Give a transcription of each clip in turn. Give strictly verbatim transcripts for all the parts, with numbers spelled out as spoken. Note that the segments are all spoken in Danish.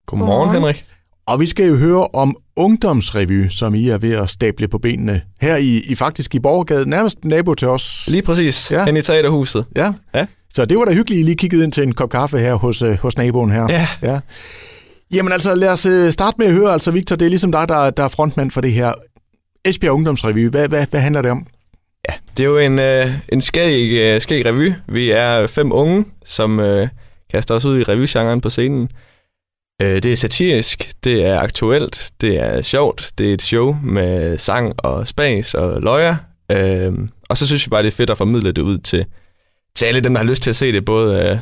Godmorgen, Godmorgen, Henrik. Og vi skal jo høre om ungdomsrevy, som I er ved at stable på benene. Her i, i faktisk i Borgergade, nærmest nabo til os. Lige præcis. Ja. Hen i teaterhuset. Ja. Ja. Så det var da hyggeligt, I lige kiggede ind til en kop kaffe her hos, øh, hos naboen her. Ja. ja. Jamen altså, lad os øh, starte med at høre, altså Victor, det er ligesom dig, der, der er frontmand for det her. Esbjerg Ungdomsrevy, hvad, hvad, hvad handler det om? Ja, det er jo en, øh, en skæg, øh, skæg revy. Vi er fem unge, som øh, kaster os ud i revygenren på scenen. Øh, det er satirisk, det er aktuelt, det er sjovt, det er et show med sang og spas og løjer. Øh, og så synes vi bare, det er fedt at formidle det ud til, til alle dem, der har lyst til at se det, både øh,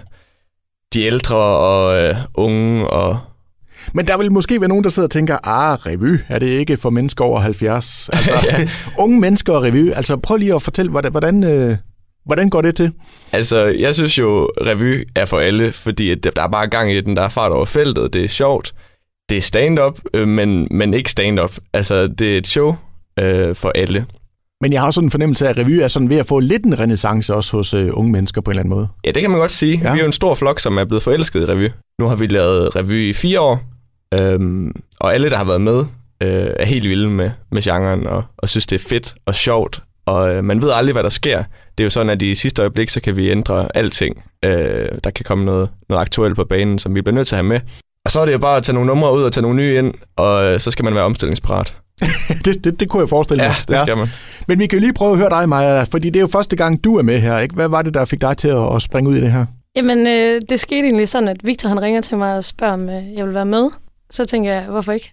de ældre og øh, unge og... Men der vil måske være nogen, der sidder og tænker, ah, revy, er det ikke for mennesker over halvfjerds? Altså, ja. Unge mennesker og revy. Altså, prøv lige at fortælle, hvordan, hvordan, øh, hvordan går det til? Altså, jeg synes jo, revy er for alle, fordi der er bare gang i den, der er fart over feltet, det er sjovt, det er stand-up, øh, men, men ikke stand-up. Altså, det er et show øh, for alle. Men jeg har også sådan en fornemmelse af, at revy er sådan ved at få lidt en renæssance også hos øh, unge mennesker på en eller anden måde. Ja, det kan man godt sige. Ja. Vi er jo en stor flok, som er blevet forelsket i revy. Nu har vi lavet revy i fire år, øhm, og alle, der har været med, øh, er helt vilde med, med genren, og, og synes, det er fedt og sjovt, og øh, man ved aldrig, hvad der sker. Det er jo sådan, at i sidste øjeblik, så kan vi ændre alting. Øh, der kan komme noget, noget aktuelt på banen, som vi bliver nødt til at have med. Og så er det jo bare at tage nogle numre ud og tage nogle nye ind, og øh, så skal man være omstillingsparat. det, det, det kunne jeg forestille mig. Ja, det skal man. Men vi kan jo lige prøve at høre dig, Maja, fordi det er jo første gang, du er med her, ikke? Hvad var det, der fik dig til at, at springe ud i det her? Jamen, øh, det skete egentlig sådan, at Victor han ringer til mig og spørger, om øh, jeg vil være med. Så tænker jeg, hvorfor ikke?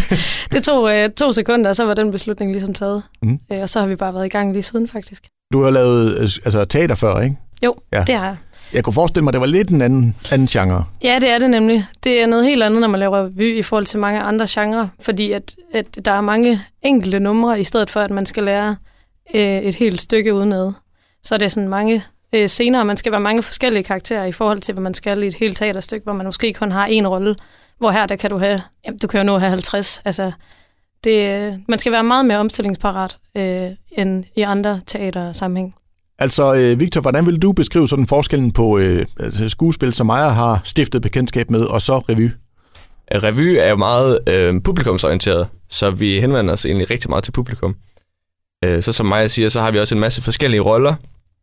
Det tog øh, to sekunder, og så var den beslutning ligesom taget. Mm. Øh, og så har vi bare været i gang lige siden, faktisk. Du har lavet altså, teater før, ikke? Jo, ja. Det har jeg. Jeg kunne forestille mig, at det var lidt en anden, anden genre. Ja, det er det nemlig. Det er noget helt andet, når man laver revy i forhold til mange andre genrer, fordi at, at der er mange enkelte numre, i stedet for, at man skal lære øh, et helt stykke udenad. Så er det sådan mange øh, scener, man skal være mange forskellige karakterer i forhold til, hvad man skal i et helt teaterstykke, hvor man måske kun har én rolle, hvor her, der kan du have, jamen, du kan jo nå at have halvtreds. Altså, det, man skal være meget mere omstillingsparat, øh, end i andre teatersammenhæng. Altså, øh, Victor, hvordan vil du beskrive sådan forskellen på øh, altså skuespil, som Maja har stiftet bekendtskab med, og så revy? Revy er jo meget øh, publikumsorienteret, så vi henvender os egentlig rigtig meget til publikum. Øh, så som Maja siger, så har vi også en masse forskellige roller,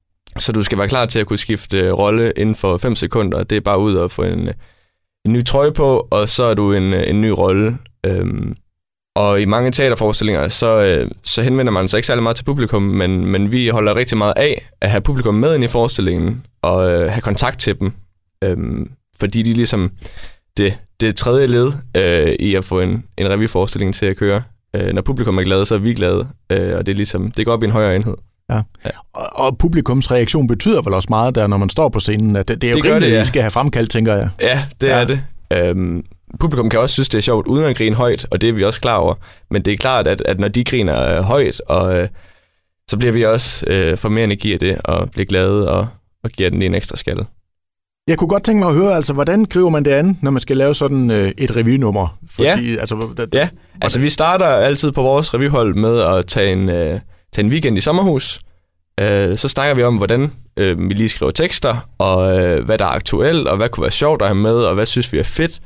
så du skal være klar til at kunne skifte rolle inden for fem sekunder. Det er bare ud og få en, en ny trøje på, og så er du en, en ny rolle. Øhm, og i mange teaterforestillinger, så, øh, så henvender man sig ikke særlig meget til publikum, men, men vi holder rigtig meget af at have publikum med ind i forestillingen, og øh, have kontakt til dem, øhm, fordi de ligesom det, det tredje led øh, i at få en, en revyforestilling til at køre. Øh, når publikum er glade, så er vi glade, øh, og det er ligesom, det går op i en højere enhed. Ja. Ja. Og, og publikums reaktion betyder vel også meget der, når man står på scenen. At det, det er jo rimeligt, at ja. I skal have fremkaldt, tænker jeg. Ja, det ja. er det. Øhm, publikum kan også synes, det er sjovt uden at grine højt, og det er vi også klar over. Men det er klart, at, at når de griner øh, højt, og, øh, så bliver vi også øh, for mere energi af det, og bliver glade og, og giver den lige en ekstra skalle. Jeg kunne godt tænke mig at høre, altså, hvordan griber man det an, når man skal lave sådan øh, et revynummer? Fordi, ja, altså, der, ja. altså vi starter altid på vores revyhold med at tage en, øh, tage en weekend i sommerhus. Øh, så snakker vi om, hvordan øh, vi lige skriver tekster, og øh, hvad der er aktuelt, og hvad kunne være sjovt at have med, og hvad synes vi er fedt.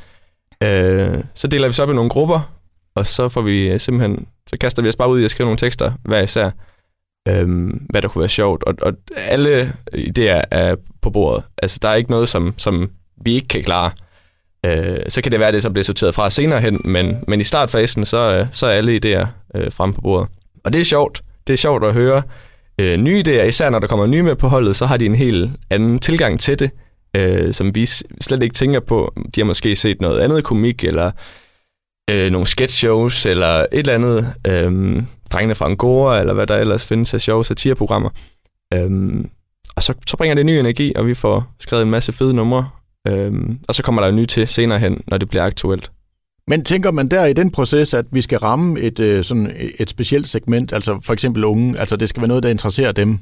Øh, så deler vi så op i nogle grupper, og så får vi simpelthen, så kaster vi os bare ud i at skrive nogle tekster hver især, øh, hvad der kunne være sjovt. Og, og alle idéer er på bordet. Altså, der er ikke noget, som, som vi ikke kan klare. Øh, så kan det være, at det så bliver sorteret fra senere hen, men, men i startfasen, så, så er alle idéer øh, fremme på bordet. Og det er sjovt. Det er sjovt at høre øh, nye idéer, især når der kommer nye med på holdet, så har de en helt anden tilgang til det, øh, som vi slet ikke tænker på. De har måske set noget andet komik, eller øh, nogle sketch-shows, eller et eller andet. Øh, Drengene fra Angora, eller hvad der ellers findes af sjove satireprogrammer. Øh, og så, så bringer det ny energi, og vi får skrevet en masse fede numre. Øh, og så kommer der jo nye til senere hen, når det bliver aktuelt. Men tænker man der i den proces, at vi skal ramme et, øh, sådan et specielt segment, altså for eksempel unge, altså det skal være noget, der interesserer dem?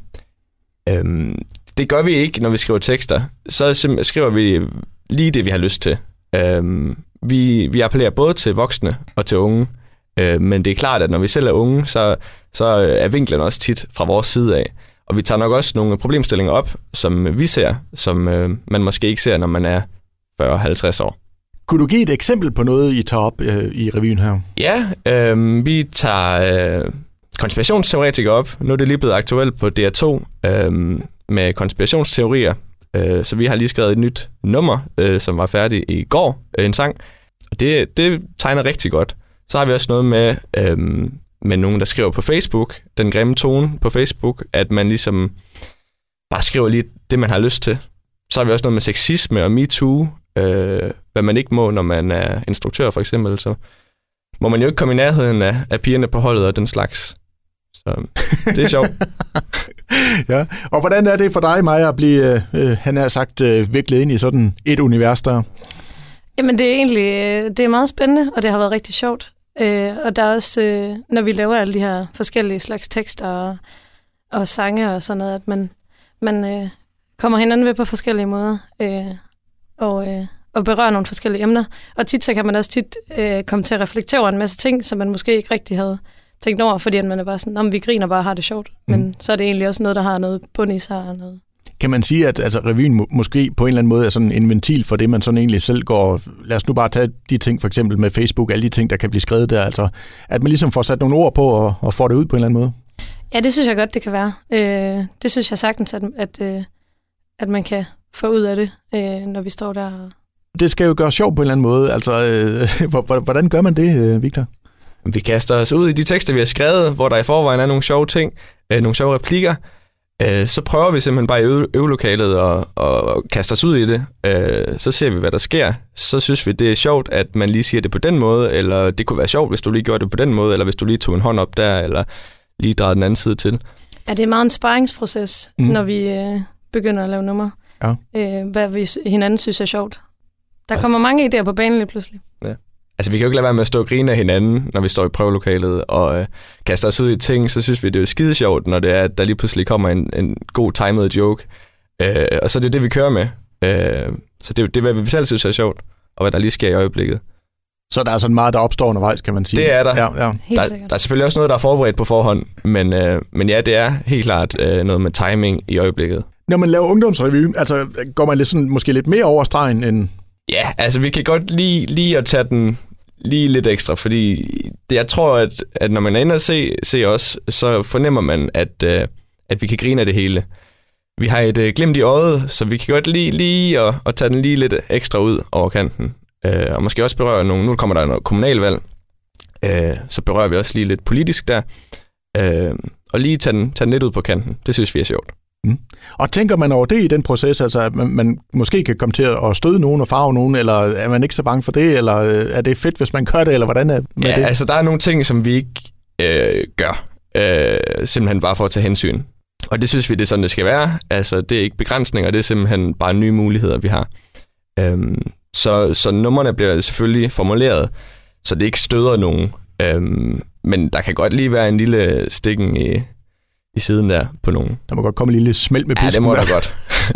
Øhm, det gør vi ikke, når vi skriver tekster. Så skriver vi lige det, vi har lyst til. Øhm, vi, vi appellerer både til voksne og til unge, øh, men det er klart, at når vi selv er unge, så, så er vinklen også tit fra vores side af. Og vi tager nok også nogle problemstillinger op, som vi ser, som øh, man måske ikke ser, når man er fyrre til halvtreds år. Kunne du give et eksempel på noget, I tager op øh, i revyen her? Ja, øh, vi tager øh, konspirationsteoretikere op. Nu er det lige blevet aktuelt på D R to øh, med konspirationsteorier. Øh, så vi har lige skrevet et nyt nummer, øh, som var færdig i går, øh, en sang. Og det, det tegner rigtig godt. Så har vi også noget med, øh, med nogen, der skriver på Facebook, den grimme tone på Facebook, at man ligesom bare skriver lige det, man har lyst til. Så har vi også noget med sexisme og MeToo, øh, hvad man ikke må, når man er instruktør for eksempel. Så må man jo ikke komme i nærheden af, af pigerne på holdet og den slags. Så det er sjovt. Ja, og hvordan er det for dig, Maja, at blive, øh, han har sagt, øh, viklet ind i sådan et univers der? Jamen, det er egentlig det er meget spændende, og det har været rigtig sjovt. Øh, og der er også, øh, når vi laver alle de her forskellige slags tekster og, og sange og sådan noget, at man, man øh, kommer hinanden ved på forskellige måder øh, og, øh, og berører nogle forskellige emner. Og tit så kan man også tit øh, komme til at reflektere over en masse ting, som man måske ikke rigtig havde tænkt over, fordi at man er bare sådan, om vi griner bare og har det sjovt. Mm. Men så er det egentlig også noget, der har noget bund i sig og noget. Kan man sige, at altså, revyen må, måske på en eller anden måde er sådan en ventil for det, man sådan egentlig selv går... Lad os nu bare tage de ting, for eksempel med Facebook, alle de ting, der kan blive skrevet der. Altså, at man ligesom får sat nogle ord på og, og får det ud på en eller anden måde. Ja, det synes jeg godt, det kan være. Øh, det synes jeg sagtens, at, at, øh, at man kan få ud af det, øh, når vi står der. Det skal jo gøre sjov på en eller anden måde. Altså, øh, hvordan gør man det, Victor? Vi kaster os ud i de tekster, vi har skrevet, hvor der i forvejen er nogle sjove ting, øh, nogle sjove replikker. Øh, så prøver vi simpelthen bare i øve, øvelokalet og, og kaster os ud i det. Øh, så ser vi, hvad der sker. Så synes vi, det er sjovt, at man lige siger det på den måde, eller det kunne være sjovt, hvis du lige gjorde det på den måde, eller hvis du lige tog en hånd op der, eller lige drejede den anden side til. Ja, det er meget en sparringsproces, mm. når vi øh, begynder at lave numre. Ja. Øh, hvad vi hinanden synes er sjovt. Der kommer mange idéer på banen lige pludselig. Ja. Altså, vi kan jo ikke lade være med at stå og grine af hinanden, når vi står i prøvelokalet og øh, kaster os ud i ting, så synes vi, det er jo skide sjovt, når det er, at der lige pludselig kommer en, en god timed joke. Øh, og så er det det, vi kører med. Øh, så det er jo det, hvad vi selv synes er sjovt, og hvad der lige sker i øjeblikket. Så der er sådan meget, der opstår undervejs, kan man sige. Det er der. Ja, ja. Der, der er selvfølgelig også noget, der er forberedt på forhånd, men, øh, men ja, det er helt klart øh, noget med timing i øjeblikket. Når man laver ungdomsrevy, altså går man lidt sådan, måske lidt mere over stregen end... Ja, altså vi kan godt lige, lige at tage den lige lidt ekstra, fordi det, jeg tror, at, at når man er inde og se, se os, så fornemmer man, at, øh, at vi kan grine af det hele. Vi har et øh, glimt i øjet, så vi kan godt lige, lige at, at tage den lige lidt ekstra ud over kanten. Øh, og måske også berøre nogle... Nu kommer der noget kommunalvalg, øh, så berører vi også lige lidt politisk der. Øh, og lige tage den, tage den lidt ud på kanten. Det synes vi er sjovt. Mm. Og tænker man over det i den proces, altså at man, man måske kan komme til at støde nogen og farve nogen, eller er man ikke så bange for det, eller er det fedt, hvis man gør det, eller hvordan er med ja, det? Altså der er nogle ting, som vi ikke øh, gør, øh, simpelthen bare for at tage hensyn. Og det synes vi, det er sådan, det skal være. Altså det er ikke begrænsninger, det er simpelthen bare nye muligheder, vi har. Øhm, så, så numrene bliver selvfølgelig formuleret, så det ikke støder nogen. Øhm, men der kan godt lige være en lille stikken i... i siden der på nogen. Der må godt komme en lille smæld med pisken. Ja, det må der godt.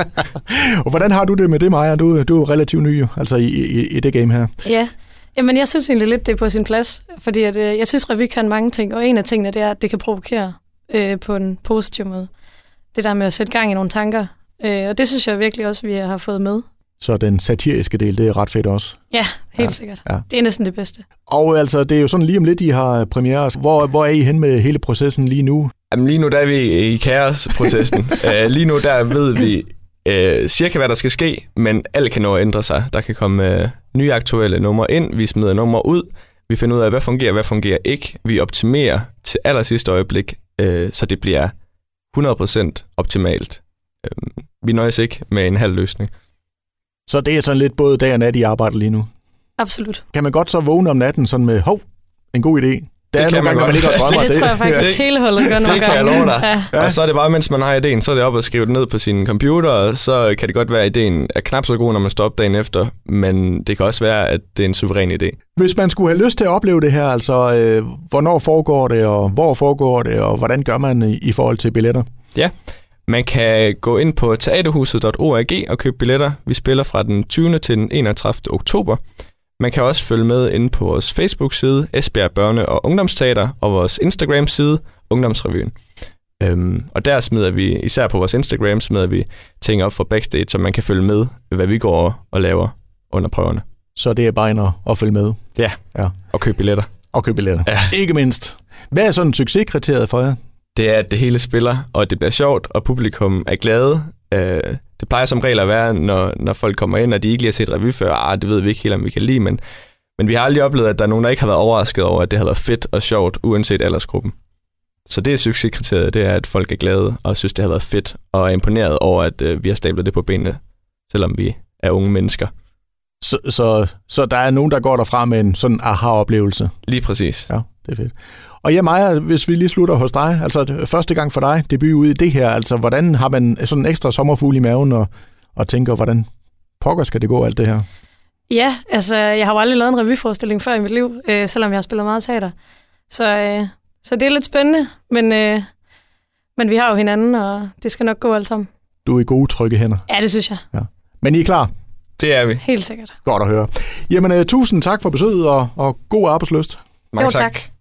Og hvordan har du det med det, Maja? Du, du er relativt ny, altså i, i, i det game her. Ja, jamen jeg synes egentlig lidt, det er på sin plads, fordi at, øh, jeg synes, revy kan mange ting, og en af tingene, det er, at det kan provokere øh, på en positiv måde. Det der med at sætte gang i nogle tanker, øh, og det synes jeg virkelig også, vi har fået med. Så den satiriske del, det er ret fedt også. Ja, helt ja, sikkert. Ja. Det er næsten det bedste. Og altså, det er jo sådan lige om lidt, I har premiere. Hvor, hvor er I hen med hele processen lige nu? Jamen lige nu, der er vi i kaosprocessen. uh, lige nu, der ved vi uh, cirka, hvad der skal ske, men alt kan nå at ændre sig. Der kan komme uh, nye aktuelle numre ind, vi smider numre ud, vi finder ud af, hvad fungerer, hvad fungerer ikke. Vi optimerer til allersidste øjeblik, uh, så det bliver hundrede procent optimalt. Uh, vi nøjes ikke med en halv løsning. Så det er sådan lidt både dag og nat, I arbejder lige nu? Absolut. Kan man godt så vågne om natten sådan med, hov, en god idé? Der det er nogle gange, man, man ikke har drømmer. Det, det tror jeg faktisk det, hele holdet gør nogle gange. Det kan jeg love dig. Ja. Og så er det bare, mens man har idéen, så er det op at skrive det ned på sin computer, og så kan det godt være, at idéen er knap så god, når man står op dagen efter, men det kan også være, at det er en suveræn idé. Hvis man skulle have lyst til at opleve det her, altså øh, hvornår foregår det, og hvor foregår det, og hvordan gør man i, i forhold til billetter? Ja, man kan gå ind på teaterhuset punktum org og købe billetter. Vi spiller fra den tyvende til den enogtredivte oktober. Man kan også følge med inde på vores Facebook-side, Esbjerg Børne- og Ungdomsteater, og vores Instagram-side, Ungdomsrevyen. Øhm, og der smider vi, især på vores Instagram, smider vi ting op fra backstage, så man kan følge med, hvad vi går og laver under prøverne. Så det er bare ind at, at følge med. Ja, ja. Og købe billetter. Og købe billetter. Ja. Ikke mindst. Hvad er sådan succeskriteriet for jer? Det er, at det hele spiller, og at det bliver sjovt, og publikum er glade. Øh, det plejer som regel at være, når, når folk kommer ind, og de ikke lige har set revy før. Ah, det ved vi ikke helt, om vi kan lide, men, men vi har aldrig oplevet, at der er nogen, der ikke har været overrasket over, at det har været fedt og sjovt, uanset aldersgruppen. Så det er succeskriteriet, det er, at folk er glade, og synes, det har været fedt, og er imponeret over, at øh, vi har stablet det på benene, selvom vi er unge mennesker. Så, så, så der er nogen, der går derfra med en sådan aha-oplevelse? Lige præcis. Ja, det er fedt. Og ja, Maja, hvis vi lige slutter hos dig, altså første gang for dig, debut ude i det her, altså hvordan har man sådan en ekstra sommerfugl i maven, og, og tænker, hvordan pokker skal det gå alt det her? Ja, altså jeg har jo aldrig lavet en revyforestilling før i mit liv, øh, selvom jeg har spillet meget teater. Så, øh, så det er lidt spændende, men, øh, men vi har jo hinanden, og det skal nok gå alt sammen. Du er i gode, trygge hænder. Ja, det synes jeg. Ja. Men I er klar? Det er vi. Helt sikkert. Godt at høre. Jamen, uh, tusind tak for besøget, og, og god arbejdslyst. Mange jo, tak. tak.